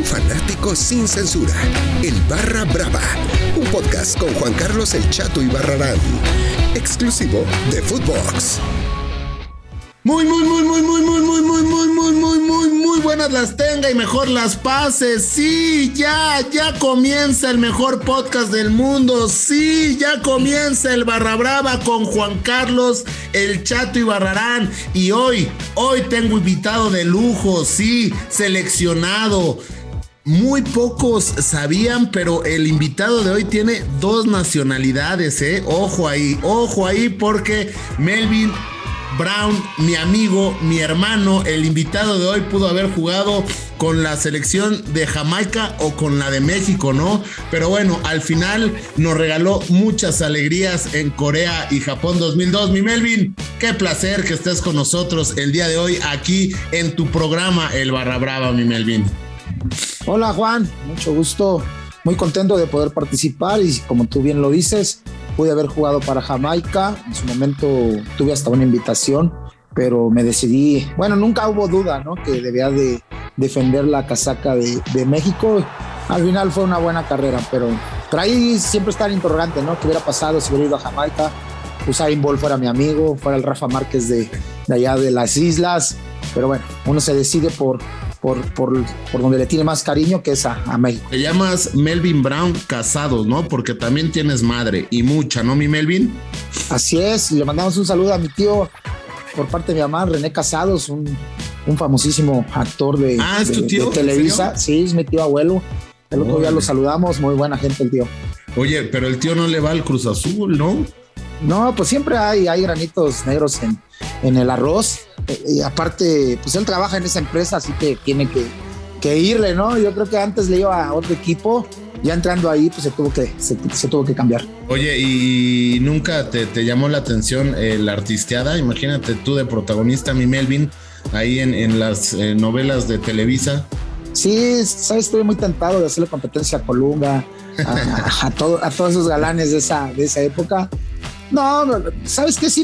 fanático sin censura. El Barra Brava, un podcast con Juan Carlos El Chato Ibarrarán, exclusivo de Footbox. Muy buenas las tenga y mejor las pase. Sí, ya comienza el mejor podcast del mundo. Sí, ya comienza el Barra Brava con Juan Carlos El Chato Ibarrarán. Y hoy tengo invitado de lujo, sí, seleccionado. Muy pocos sabían, pero el invitado de hoy tiene 2 nacionalidades, Ojo ahí, porque Melvin Brown, mi amigo, mi hermano, el invitado de hoy pudo haber jugado con la selección de Jamaica o con la de México, ¿no? Pero bueno, al final nos regaló muchas alegrías en Corea y Japón 2002. Mi Melvin, qué placer que estés con nosotros el día de hoy aquí en tu programa El Barra Brava, mi Melvin. Hola Juan, mucho gusto, muy contento de poder participar y como tú bien lo dices, pude haber jugado para Jamaica, en su momento tuve hasta una invitación, pero me decidí, bueno, nunca hubo duda, ¿no? Que debía de defender la casaca de México. Al final fue una buena carrera, pero ahí siempre está el interrogante, ¿no? ¿Qué hubiera pasado si hubiera ido a Jamaica? Usain Bolt fuera mi amigo, fuera el Rafa Márquez de allá de las islas, pero bueno, uno se decide por donde le tiene más cariño, que es a México. Te llamas Melvin Brown Casados, ¿no? Porque también tienes madre y mucha, ¿no, mi Melvin? Así es, le mandamos un saludo a mi tío por parte de mi mamá, René Casados, un famosísimo actor de Televisa. Sí, es mi tío abuelo. El otro día lo saludamos, muy buena gente el tío. Oye, pero el tío no le va al Cruz Azul, ¿no? No, pues siempre hay granitos negros en el arroz. Y aparte, pues él trabaja en esa empresa, así que tiene que irle, ¿no? Yo creo que antes le iba a otro equipo, ya entrando ahí, pues se tuvo que cambiar. Oye, ¿y nunca te llamó la atención la artisteada? Imagínate tú de protagonista, mi Melvin, ahí en las novelas de Televisa. Sí, sabes, estuve muy tentado de hacerle competencia a Colunga, a todos esos galanes de esa época. No, ¿sabes qué? Sí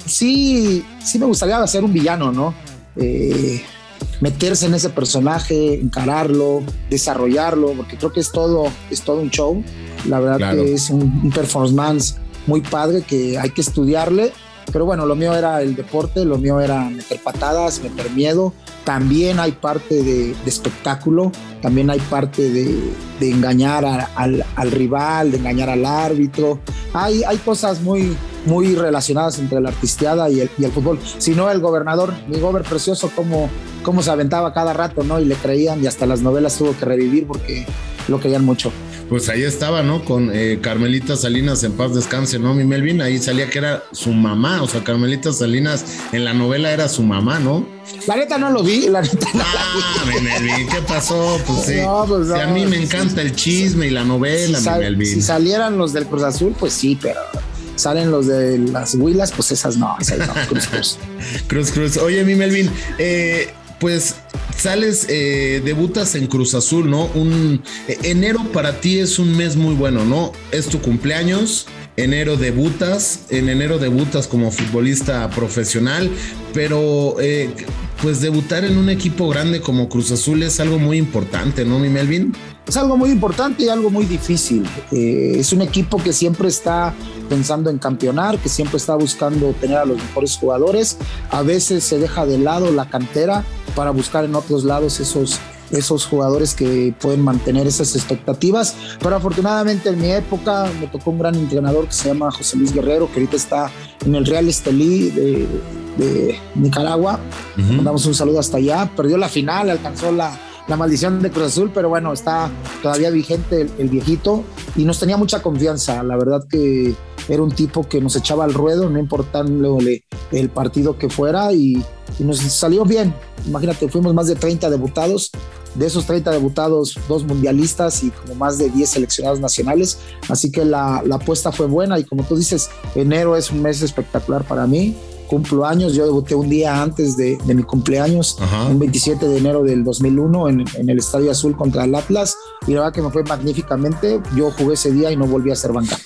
me gustaría ser un villano, ¿no? Meterse en ese personaje, encararlo, desarrollarlo, porque creo que es todo un show. La verdad claro. Que es un performance muy padre que hay que estudiarle. Pero bueno, lo mío era el deporte, lo mío era meter patadas, meter miedo. También hay parte de espectáculo, también hay parte de engañar al rival, de engañar al árbitro. Hay cosas muy relacionadas entre la artisteada y el fútbol. Si no, el gobernador, mi gober precioso, cómo se aventaba cada rato, ¿no? Y le creían, y hasta las novelas tuvo que revivir porque lo querían mucho. Pues ahí estaba, ¿no? Con Carmelita Salinas, en paz descanse, ¿no, mi Melvin? Ahí salía que era su mamá, o sea, Carmelita Salinas en la novela era su mamá, ¿no? La neta no lo vi, la neta no mi Melvin, ¿qué pasó? Pues sí, no, pues no, si a mí me encanta el chisme y la novela, mi Melvin. Si salieran los del Cruz Azul, pues sí, pero salen los de las Huilas, pues esas no, Cruz. Oye, mi Melvin, pues sales, debutas en Cruz Azul, ¿no? Enero para ti es un mes muy bueno, ¿no? Es tu cumpleaños, en enero debutas como futbolista profesional, pero pues debutar en un equipo grande como Cruz Azul es algo muy importante, ¿no, mi Melvin? Es algo muy importante y algo muy difícil. Es un equipo que siempre está pensando en campeonar, que siempre está buscando tener a los mejores jugadores. A veces se deja de lado la cantera para buscar en otros lados esos jugadores que pueden mantener esas expectativas. Pero afortunadamente en mi época me tocó un gran entrenador que se llama José Luis Guerrero, que ahorita está en el Real Estelí de Nicaragua. Uh-huh. Mandamos un saludo hasta allá. Perdió la final, alcanzó la maldición de Cruz Azul, pero bueno, está todavía vigente el viejito y nos tenía mucha confianza. La verdad que era un tipo que nos echaba al ruedo, no importándole el partido que fuera, y nos salió bien. Imagínate, fuimos más de 30 debutados. De esos 30 debutados, 2 mundialistas y como más de 10 seleccionados nacionales. Así que la apuesta fue buena y como tú dices, enero es un mes espectacular para mí. Cumplo años, yo debuté un día antes de mi cumpleaños, un 27 de enero del 2001 en el Estadio Azul contra el Atlas, y la verdad que me fue magníficamente. Yo jugué ese día y no volví a ser banca.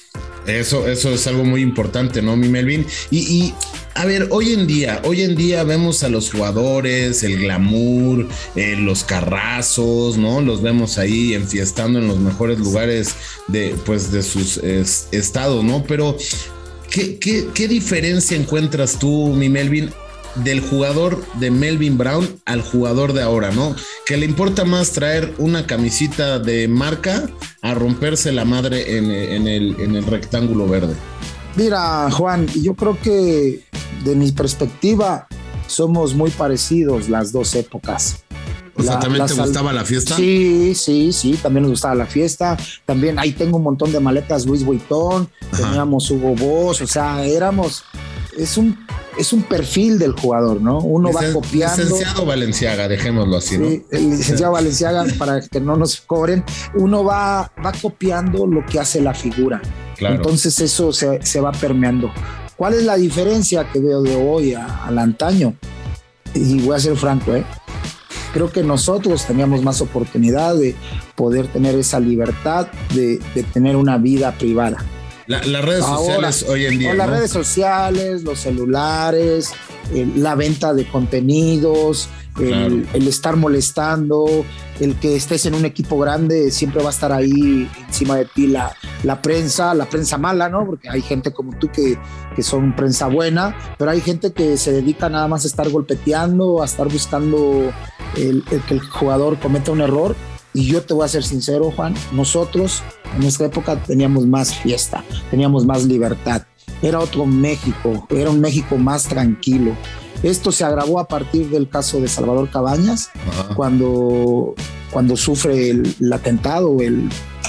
Eso es algo muy importante, ¿no, mi Melvin? Y a ver, hoy en día vemos a los jugadores, el glamour, los carrazos, ¿no? Los vemos ahí enfiestando en los mejores lugares de sus estados, ¿no? Pero, ¿qué diferencia encuentras tú, mi Melvin, del jugador de Melvin Brown al jugador de ahora, ¿no? Que le importa más traer una camisita de marca a romperse la madre en el rectángulo verde. Mira, Juan, yo creo que de mi perspectiva somos muy parecidos las dos épocas. O sea, ¿también te gustaba la fiesta? Sí, también nos gustaba la fiesta. También ahí tengo un montón de maletas Louis Vuitton, teníamos Hugo Boss, o sea, es un perfil del jugador, ¿no? Uno va copiando. Licenciado Valenciaga, dejémoslo así, ¿no? Sí, el licenciado Valenciaga, para que no nos cobren, uno va copiando lo que hace la figura. Claro. Entonces eso se va permeando. ¿Cuál es la diferencia que veo de hoy al antaño? Y voy a ser franco, creo que nosotros teníamos más oportunidad de poder tener esa libertad de tener una vida privada. Las redes sociales hoy en día, las redes sociales, los celulares, la venta de contenidos, el estar molestando, el que estés en un equipo grande, siempre va a estar ahí encima de ti la prensa mala, ¿no? Porque hay gente como tú que son prensa buena, pero hay gente que se dedica nada más a estar golpeteando, a estar buscando el que el jugador cometa un error. Y yo te voy a ser sincero, Juan, nosotros en nuestra época teníamos más fiesta, teníamos más libertad. Era otro México, era un México más tranquilo. Esto se agravó a partir del caso de Salvador Cabañas, cuando sufre el atentado en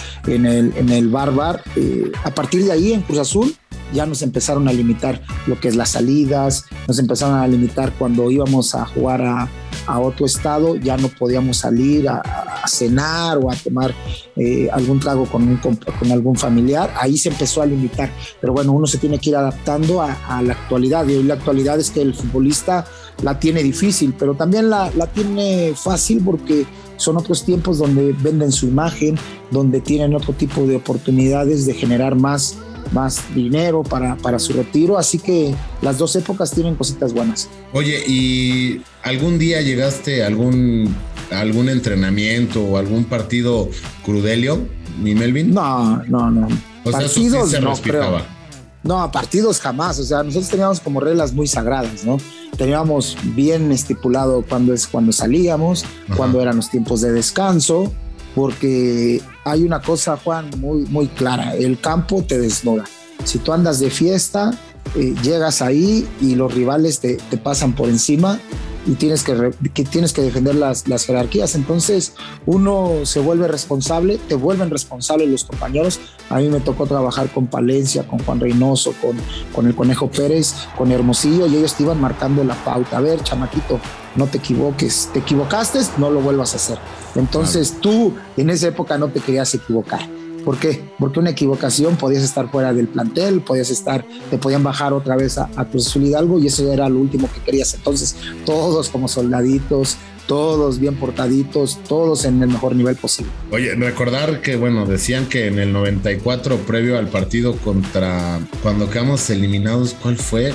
el bar. A partir de ahí, en Cruz Azul, ya nos empezaron a limitar lo que es las salidas, nos empezaron a limitar cuando íbamos a jugar a otro estado, ya no podíamos salir a cenar o a tomar algún trago con algún familiar. Ahí se empezó a limitar, pero bueno, uno se tiene que ir adaptando a la actualidad, y hoy la actualidad es que el futbolista la tiene difícil, pero también la tiene fácil porque son otros tiempos donde venden su imagen, donde tienen otro tipo de oportunidades de generar más dinero para su retiro, así que las dos épocas tienen cositas buenas. Oye, ¿y algún día llegaste a algún entrenamiento o algún partido Crudelio, mi Melvin? No. O sea, partidos eso sí se respetaba. Creo. No, partidos jamás, o sea, nosotros teníamos como reglas muy sagradas, ¿no? Teníamos bien estipulado cuando salíamos, cuando eran los tiempos de descanso, porque hay una cosa, Juan, muy, muy clara: el campo te desnuda. Si tú andas de fiesta, llegas ahí y los rivales te pasan por encima y tienes que defender las jerarquías. Entonces uno se vuelve responsable, te vuelven responsables los compañeros. A mí me tocó trabajar con Palencia, con Juan Reynoso, con el Conejo Pérez, con Hermosillo, y ellos te iban marcando la pauta. A ver, chamaquito, no te equivoques, te equivocaste, no lo vuelvas a hacer. Entonces tú en esa época no te querías equivocar. ¿Por qué? Porque una equivocación podías estar fuera del plantel, te podían bajar otra vez a Cruz Azul Hidalgo, y eso era lo último que querías. Entonces todos como soldaditos, todos bien portaditos, todos en el mejor nivel posible. Oye, recordar que, bueno, decían que en el 94, previo al partido cuando quedamos eliminados, ¿cuál fue?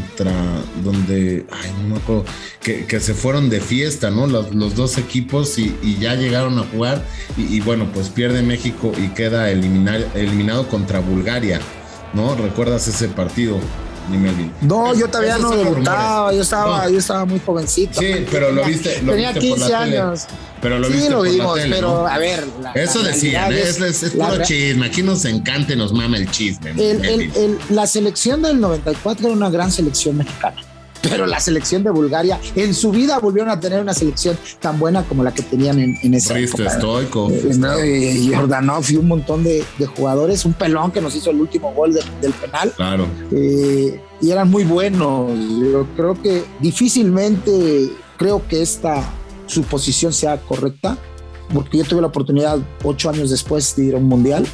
Donde, no me acuerdo, que se fueron de fiesta, ¿no? Los dos equipos y ya llegaron a jugar y bueno, pues pierde México y queda eliminado contra Bulgaria, ¿no? ¿Recuerdas ese partido? No, yo todavía no debutaba, yo estaba muy jovencito. Sí, pero lo viste. Tenía 15 años. Pero lo viste por vimos, la tele, pero ¿no? a ver. Eso decían, es puro chisme. Aquí nos encanta y nos mama el chisme. La selección del 94 era una gran selección mexicana, pero la selección de Bulgaria en su vida volvieron a tener una selección tan buena como la que tenían en esa época. Stoico, Jordanov y un montón de jugadores, un pelón que nos hizo el último gol del penal. Claro. Y eran muy buenos. Yo creo que difícilmente esta suposición sea correcta, porque yo tuve la oportunidad 8 años después de ir a un mundial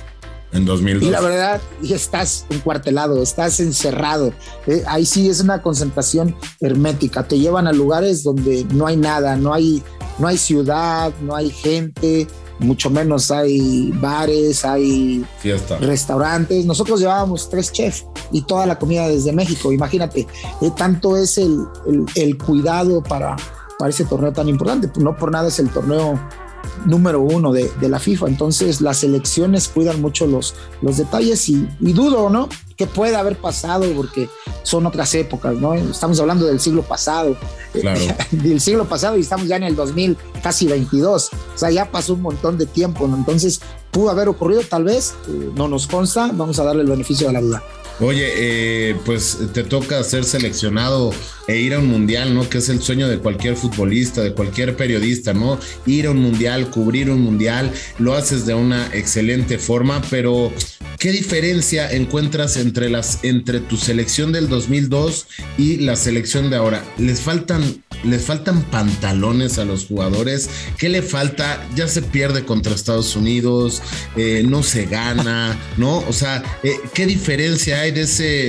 En 2002. Y la verdad, estás encuartelado, estás encerrado. Ahí sí es una concentración hermética. Te llevan a lugares donde no hay nada, no hay ciudad, no hay gente, mucho menos hay bares, hay fiesta, restaurantes. Nosotros llevábamos 3 chefs y toda la comida desde México. Imagínate, tanto es el cuidado para ese torneo tan importante. No por nada es el torneo número 1 de la FIFA. Entonces las selecciones cuidan mucho los detalles y dudo, ¿no?, que pueda haber pasado, porque son otras épocas, ¿no? Estamos hablando del siglo pasado, claro. Del siglo pasado, y estamos ya en el 2000, casi 22, o sea, ya pasó un montón de tiempo, ¿no? Entonces pudo haber ocurrido, tal vez, no nos consta, vamos a darle el beneficio de la duda. Oye, pues te toca ser seleccionado e ir a un mundial, ¿no? Que es el sueño de cualquier futbolista, de cualquier periodista, ¿no? Ir a un mundial, cubrir un mundial, lo haces de una excelente forma, pero ¿qué diferencia encuentras entre tu selección del 2002 y la selección de ahora? ¿Les faltan pantalones a los jugadores? ¿Qué le falta? Ya se pierde contra Estados Unidos, no se gana, ¿no? O sea, ¿qué diferencia hay de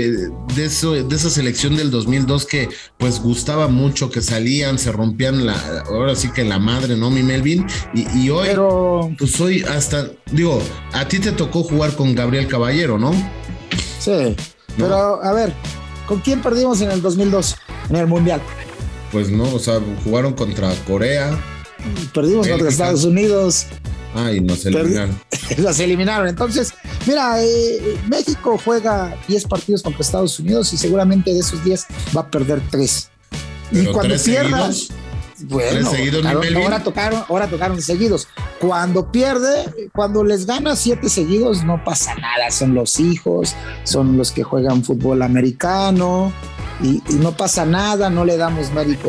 esa selección del 2002 que pues gustaba mucho, que salían, se rompían ahora sí que la madre, ¿no, mi Melvin? Y hoy, pues hoy hasta, digo, a ti te tocó jugar con Gabriel Caballero, ¿no? Sí, ¿no? Pero a ver, ¿con quién perdimos en el 2002 en el Mundial? Pues no, o sea, jugaron contra Corea. Perdimos contra Estados Unidos. Y nos eliminaron. Los eliminaron. Entonces, mira, México juega 10 partidos contra Estados Unidos y seguramente de esos 10 va a perder 3. Pero y cuando pierda, bueno, seguidos, ahora tocaron seguidos. Cuando pierde, cuando les gana 7 seguidos, no pasa nada. Son los hijos, son los que juegan fútbol americano y no pasa nada, no le damos mérito.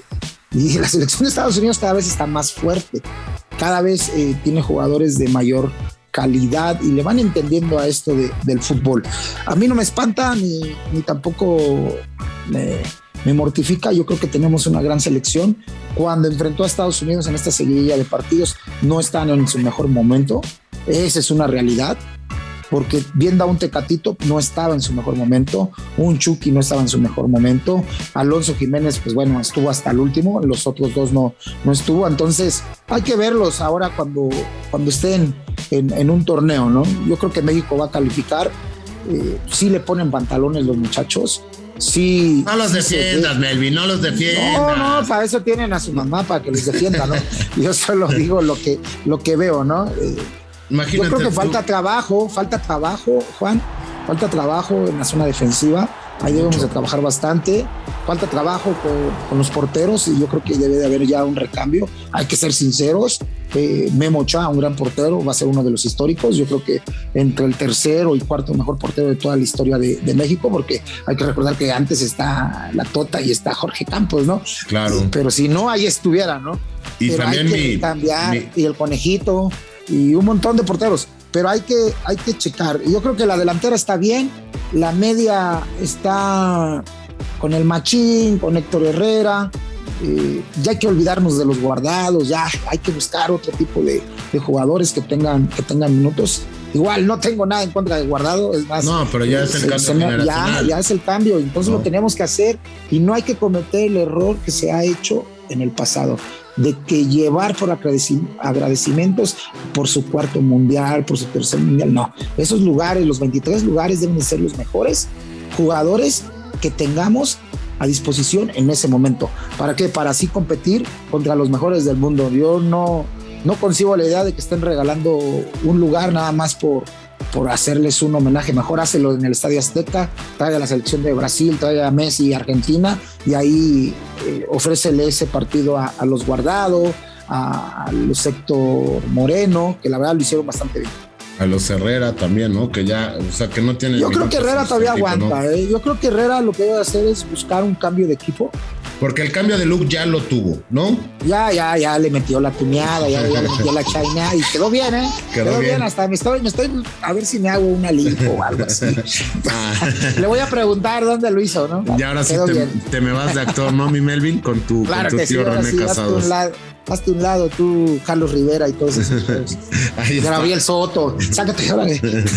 Y la selección de Estados Unidos cada vez está más fuerte, cada vez tiene jugadores de mayor calidad y le van entendiendo a esto del fútbol. A mí no me espanta ni tampoco me mortifica. Yo creo que tenemos una gran selección. Cuando enfrentó a Estados Unidos en esta seguidilla de partidos, no están en su mejor momento. Esa es una realidad, porque viendo a un Tecatito no estaba en su mejor momento, un Chucky no estaba en su mejor momento, Alonso Jiménez, pues bueno, estuvo hasta el último, los otros dos no estuvo. Entonces hay que verlos ahora cuando estén en un torneo, ¿no? Yo creo que México va a calificar. Sí le ponen pantalones los muchachos. Sí, no los defiendas, Melvin, no los defiendas. No, para eso tienen a su mamá, para que los defienda, ¿no? Yo solo digo lo que veo, ¿no? Imagínate, yo creo que falta trabajo, Juan, falta trabajo en la zona defensiva. Ahí debemos de trabajar bastante. Falta trabajo con los porteros y yo creo que debe de haber ya un recambio. Hay que ser sinceros. Memo Ochoa, un gran portero, va a ser uno de los históricos. Yo creo que entre el tercero y cuarto mejor portero de toda la historia de México, porque hay que recordar que antes está la Tota y está Jorge Campos, ¿no? Claro. Pero si no, ahí estuviera, ¿no? Y pero también hay que cambiar, y el Conejito y un montón de porteros, pero hay que checar. Yo creo que la delantera está bien, la media está con el Machín, con Héctor Herrera. Ya hay que olvidarnos de los guardados, ya hay que buscar otro tipo de jugadores que tengan minutos. Igual no tengo nada en contra de Guardado, es más. No, pero ya es el cambio generacional. Ya es el cambio, entonces lo tenemos que hacer y no hay que cometer el error que se ha hecho en el pasado, de que llevar por agradecimientos por su cuarto mundial, por su tercer mundial. No, esos lugares, los 23 lugares deben de ser los mejores jugadores que tengamos a disposición en ese momento. ¿Para qué? Para así competir contra los mejores del mundo. Yo no concibo la idea de que estén regalando un lugar nada más por hacerles un homenaje. Mejor hácelo en el Estadio Azteca, trae a la selección de Brasil, trae a Messi y Argentina y ahí ofrécele ese partido a los Guardado, a los Héctor Moreno, que la verdad lo hicieron bastante bien. A los Herrera también, ¿no? Que ya, o sea, que no tienen... Yo creo que Herrera todavía aguanta, ¿no? Yo creo que Herrera lo que debe hacer es buscar un cambio de equipo. Porque el cambio de look ya lo tuvo, ¿no? Ya le metió la tuñada, ya le metió la chaina y quedó bien, ¿eh? Quedó bien. Hasta me estoy a ver si me hago una lipo o algo así. Le voy a preguntar dónde lo hizo, ¿no? Y ahora sí te me vas de actor, ¿no, mi Melvin? Con tu tío René Casados. hazte un lado tú, Carlos Rivera y todos esos juegos. Gabriel Soto, sácate ahora.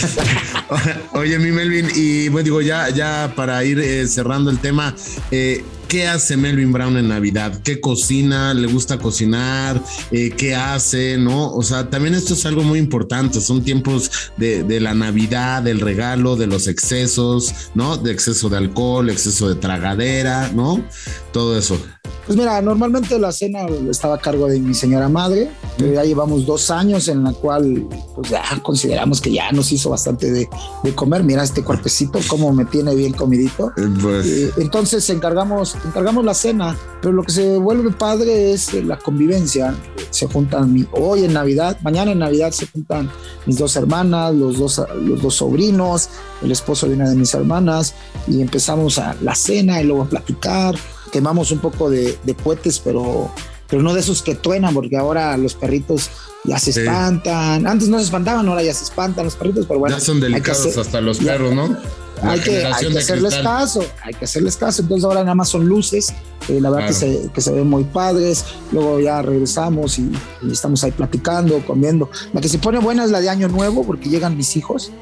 Oye, mi Melvin, y bueno, digo, ya para ir cerrando el tema, ¿qué hace Melvin Brown en Navidad? ¿Qué cocina? ¿Le gusta cocinar? ¿Qué hace? ¿No? O sea, también esto es algo muy importante. Son tiempos de la Navidad, del regalo, de los excesos, ¿no? De exceso de alcohol, exceso de tragadera, ¿no? Todo eso. Pues mira, normalmente la cena estaba a cargo de mi señora madre, pero ya llevamos 2 años en la cual pues ya consideramos que ya nos hizo bastante de comer. Mira este cuerpecito, cómo me tiene bien comidito. Entonces encargamos la cena, pero lo que se vuelve padre es la convivencia. Se juntan hoy en Navidad, mañana en Navidad se juntan mis 2 hermanas, los dos sobrinos, el esposo de una de mis hermanas, y empezamos a la cena y luego a platicar. Quemamos un poco de cohetes, pero no de esos que truenan, porque ahora los perritos ya se espantan. Antes no se espantaban, ahora ya se espantan los perritos, pero bueno. Ya son delicados hasta los perros, ¿no? Hay que hacerles caso. Entonces ahora nada más son luces, la verdad que se ven muy padres. Luego ya regresamos y estamos ahí platicando, comiendo. La que se pone buena es la de Año Nuevo, porque llegan mis hijos.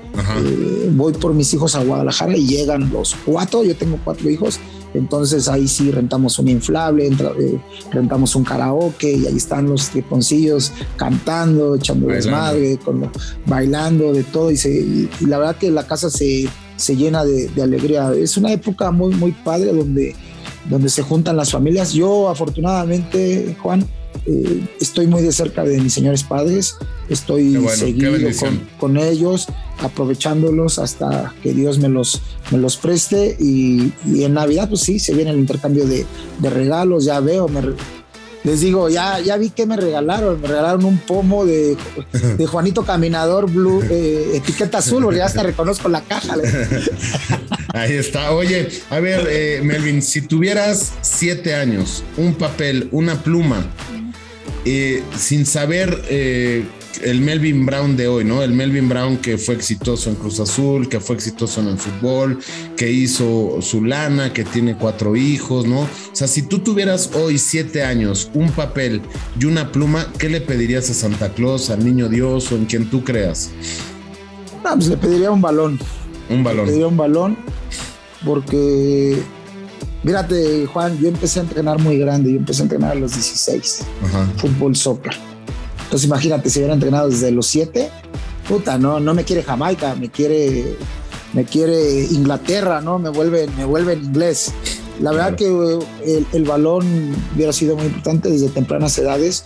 Voy por mis hijos a Guadalajara y llegan los 4. Yo tengo 4 hijos. Entonces ahí sí rentamos un inflable, rentamos un karaoke y ahí están los triponcillos cantando, echando desmadre, bailando, de todo. Y la verdad que la casa se llena de alegría. Es una época muy, muy padre donde se juntan las familias. Yo afortunadamente, Juan, estoy muy de cerca de mis señores padres. Estoy seguido con ellos, aprovechándolos hasta que Dios me los preste. Y en Navidad, pues sí, se viene el intercambio de regalos. Ya veo, les digo, ya vi que me regalaron. Me regalaron un pomo de Juanito Caminador Blue, etiqueta azul, porque ya hasta reconozco la caja. Ahí está. Oye, a ver, Melvin, si tuvieras 7 años, un papel, una pluma, sin saber el Melvin Brown de hoy, ¿no? El Melvin Brown que fue exitoso en Cruz Azul, que fue exitoso en el fútbol, que hizo su lana, que tiene 4 hijos, ¿no? O sea, si tú tuvieras hoy 7 años, un papel y una pluma, ¿qué le pedirías a Santa Claus, al Niño Dios o en quien tú creas? No, pues le pediría un balón. Le pediría un balón porque, mírate, Juan, yo empecé a entrenar muy grande. Yo empecé a entrenar a los 16. Fútbol, soccer. Entonces imagínate, si hubiera entrenado desde los 7, puta, no me quiere Jamaica, me quiere Inglaterra, ¿no? Me vuelve en inglés. La verdad que el balón hubiera sido muy importante desde tempranas edades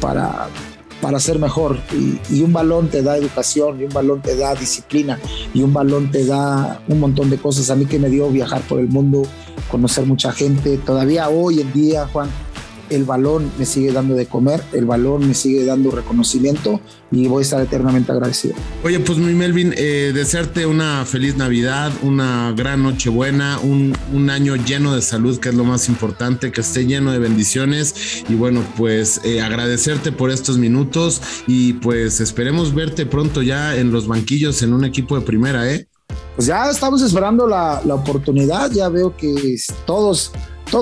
para ser mejor. Y un balón te da educación, y un balón te da disciplina, y un balón te da un montón de cosas. A mí que me dio viajar por el mundo, conocer mucha gente. Todavía hoy en día, Juan, el balón me sigue dando de comer, el balón me sigue dando reconocimiento y voy a estar eternamente agradecido. Oye, pues mi Melvin, desearte una feliz Navidad, una gran Nochebuena, un año lleno de salud, que es lo más importante, que esté lleno de bendiciones y bueno, pues agradecerte por estos minutos y pues esperemos verte pronto ya en los banquillos en un equipo de primera, Pues ya estamos esperando la oportunidad, ya veo que todos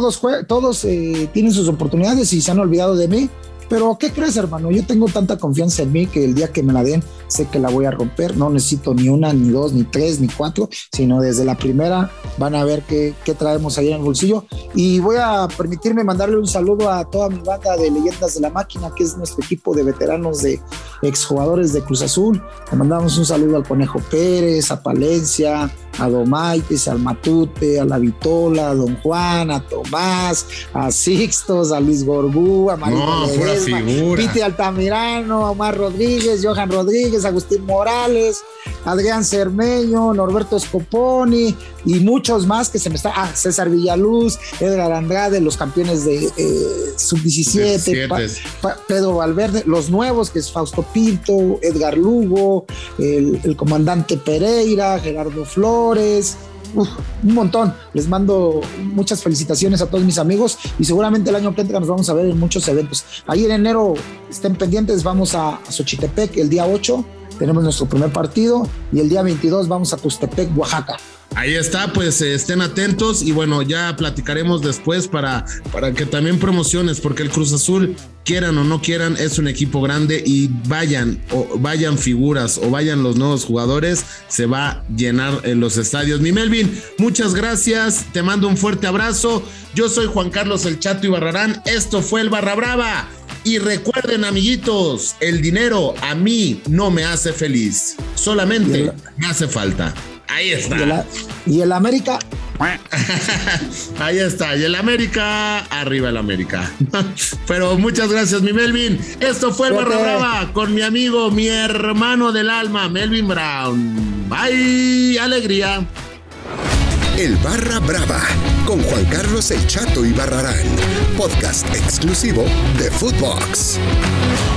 tienen sus oportunidades y se han olvidado de mí, pero ¿qué crees, hermano? Yo tengo tanta confianza en mí que el día que me la den sé que la voy a romper. No necesito ni 1, ni 2, ni 3, ni 4, sino desde la primera van a ver qué traemos ahí en el bolsillo. Y voy a permitirme mandarle un saludo a toda mi banda de Leyendas de la Máquina, que es nuestro equipo de veteranos de exjugadores de Cruz Azul. Le mandamos un saludo al Conejo Pérez, a Palencia, a Domaites, al Matute, a La Vitola, a Don Juan, a Tomás, a Sixtos, a Luis Gorgú, a María Piti Altamirano, a Omar Rodríguez, Johan Rodríguez, Agustín Morales, Adrián Cermeño, Norberto Scoponi y muchos más que se me están. César Villaluz, Edgar Andrade, los campeones de sub-17, Pedro Valverde, los nuevos que es Fausto Pinto, Edgar Lugo, el comandante Pereira, Gerardo Flores. Un montón. Les mando muchas felicitaciones a todos mis amigos y seguramente el año que entra nos vamos a ver en muchos eventos. Ahí en enero estén pendientes, vamos a Xochitepec el día 8, tenemos nuestro primer partido y el día 22 vamos a Tustepec, Oaxaca. Ahí está, pues estén atentos y bueno, ya platicaremos después para que también promociones, porque el Cruz Azul, quieran o no quieran, es un equipo grande y vayan figuras o vayan los nuevos jugadores, se va a llenar en los estadios. Mi Melvin, muchas gracias, te mando un fuerte abrazo. Yo soy Juan Carlos El Chato Ibarrarán, esto fue el Barra Brava. Y recuerden, amiguitos, el dinero a mí no me hace feliz, solamente me hace falta. Ahí está. ¿Y el América? Ahí está. Y el América, arriba el América. Pero muchas gracias, mi Melvin. Esto fue el Barra Brava con mi amigo, mi hermano del alma, Melvin Brown. Bye, alegría. El Barra Brava con Juan Carlos El Chato Ibarrarán, podcast exclusivo de Footbox.